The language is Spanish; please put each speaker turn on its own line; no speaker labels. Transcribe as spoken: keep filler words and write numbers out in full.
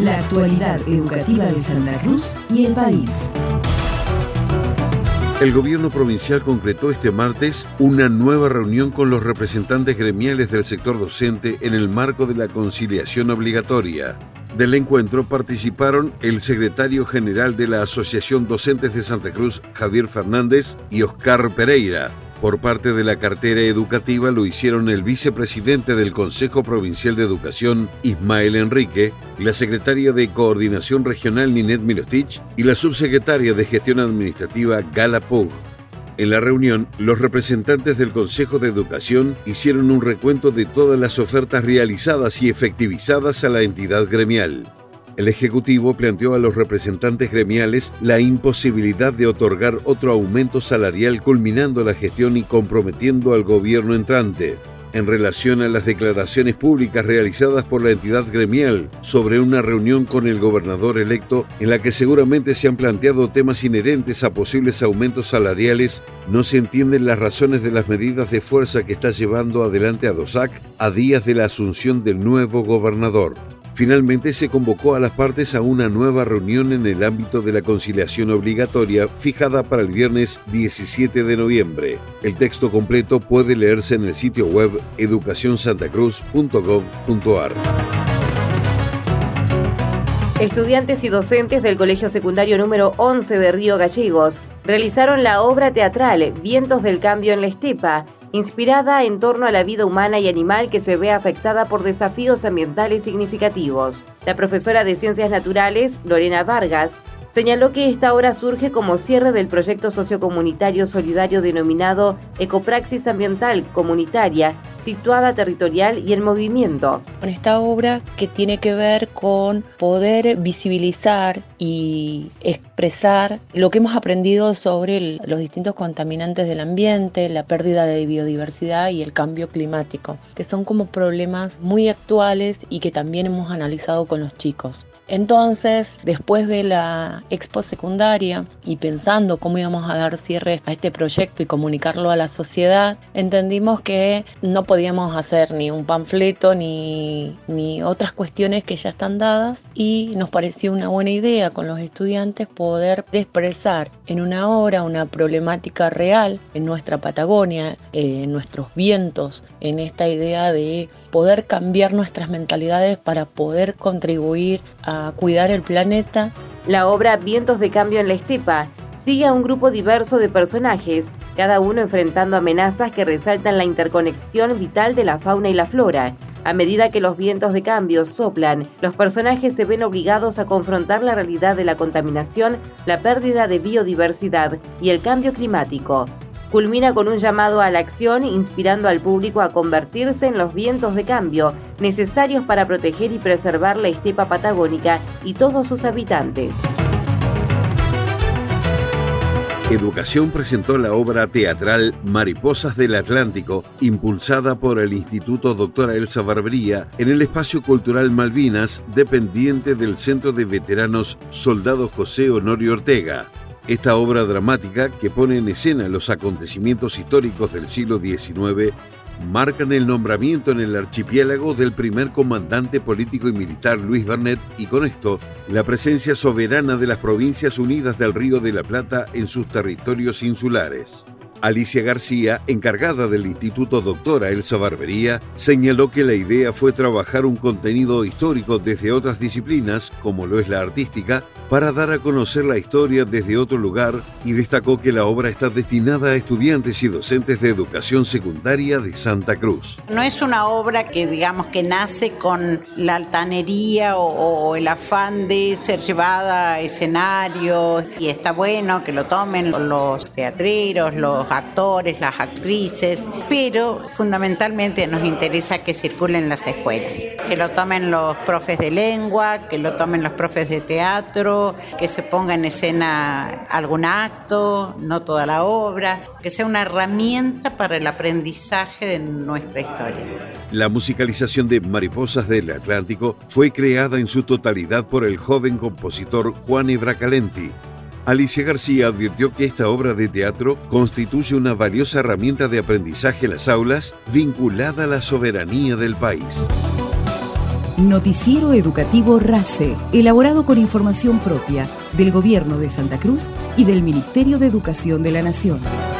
La actualidad educativa de Santa Cruz y el país.
El gobierno provincial concretó este martes una nueva reunión con los representantes gremiales del sector docente en el marco de la conciliación obligatoria. Del encuentro participaron el secretario general de la Asociación Docentes de Santa Cruz, Javier Fernández, y Oscar Pereira. Por parte de la cartera educativa lo hicieron el vicepresidente del Consejo Provincial de Educación, Ismael Enrique, la secretaria de Coordinación Regional, Ninet Milostich, y la subsecretaria de Gestión Administrativa, Gala Pug. En la reunión, los representantes del Consejo de Educación hicieron un recuento de todas las ofertas realizadas y efectivizadas a la entidad gremial. El Ejecutivo planteó a los representantes gremiales la imposibilidad de otorgar otro aumento salarial culminando la gestión y comprometiendo al gobierno entrante. En relación a las declaraciones públicas realizadas por la entidad gremial sobre una reunión con el gobernador electo en la que seguramente se han planteado temas inherentes a posibles aumentos salariales, no se entienden las razones de las medidas de fuerza que está llevando adelante ADOSAC a días de la asunción del nuevo gobernador. Finalmente se convocó a las partes a una nueva reunión en el ámbito de la conciliación obligatoria fijada para el viernes diecisiete de noviembre. El texto completo puede leerse en el sitio web educación santa cruz punto gob punto ar.
Estudiantes y docentes del Colegio Secundario número once de Río Gallegos realizaron la obra teatral Vientos del Cambio en la Estepa, inspirada en torno a la vida humana y animal que se ve afectada por desafíos ambientales significativos. La profesora de Ciencias Naturales, Lorena Vargas, señaló que esta obra surge como cierre del proyecto sociocomunitario solidario denominado Ecopraxis Ambiental Comunitaria, situada territorial y en movimiento.
Con esta obra que tiene que ver con poder visibilizar y expresar lo que hemos aprendido sobre el, los distintos contaminantes del ambiente, la pérdida de biodiversidad y el cambio climático, que son como problemas muy actuales y que también hemos analizado con los chicos. Entonces, después de la expo secundaria y pensando cómo íbamos a dar cierre a este proyecto y comunicarlo a la sociedad, entendimos que no podíamos hacer ni un panfleto ni, ni otras cuestiones que ya están dadas, y nos pareció una buena idea con los estudiantes poder expresar en una obra una problemática real en nuestra Patagonia, eh, en nuestros vientos, en esta idea de poder cambiar nuestras mentalidades para poder contribuir a cuidar el planeta.
La obra Vientos de Cambio en la Estepa sigue a un grupo diverso de personajes, cada uno enfrentando amenazas que resaltan la interconexión vital de la fauna y la flora. A medida que los vientos de cambio soplan, los personajes se ven obligados a confrontar la realidad de la contaminación, la pérdida de biodiversidad y el cambio climático. Culmina con un llamado a la acción, inspirando al público a convertirse en los vientos de cambio necesarios para proteger y preservar la estepa patagónica y todos sus habitantes.
Educación presentó la obra teatral Mariposas del Atlántico, impulsada por el Instituto Doctora Elsa Barbería en el Espacio Cultural Malvinas, dependiente del Centro de Veteranos Soldado José Honorio Ortega. Esta obra dramática, que pone en escena los acontecimientos históricos del siglo diecinueve, marcan el nombramiento en el archipiélago del primer comandante político y militar Luis Bernet y con esto la presencia soberana de las Provincias Unidas del Río de la Plata en sus territorios insulares. Alicia García, encargada del Instituto Doctora Elsa Barbería, señaló que la idea fue trabajar un contenido histórico desde otras disciplinas, como lo es la artística, para dar a conocer la historia desde otro lugar, y destacó que la obra está destinada a estudiantes y docentes de educación secundaria de Santa Cruz.
No es una obra que digamos que nace con la altanería o, o el afán de ser llevada a escenario, y está bueno que lo tomen los teatreros, los actores, las actrices, pero fundamentalmente nos interesa que circule en las escuelas, que lo tomen los profes de lengua, que lo tomen los profes de teatro, que se ponga en escena algún acto, no toda la obra, que sea una herramienta para el aprendizaje de nuestra historia.
La musicalización de Mariposas del Atlántico fue creada en su totalidad por el joven compositor Juan Ebracalenti. Alicia García advirtió que esta obra de teatro constituye una valiosa herramienta de aprendizaje en las aulas vinculada a la soberanía del país.
Noticiero Educativo RACE, elaborado con información propia del Gobierno de Santa Cruz y del Ministerio de Educación de la Nación.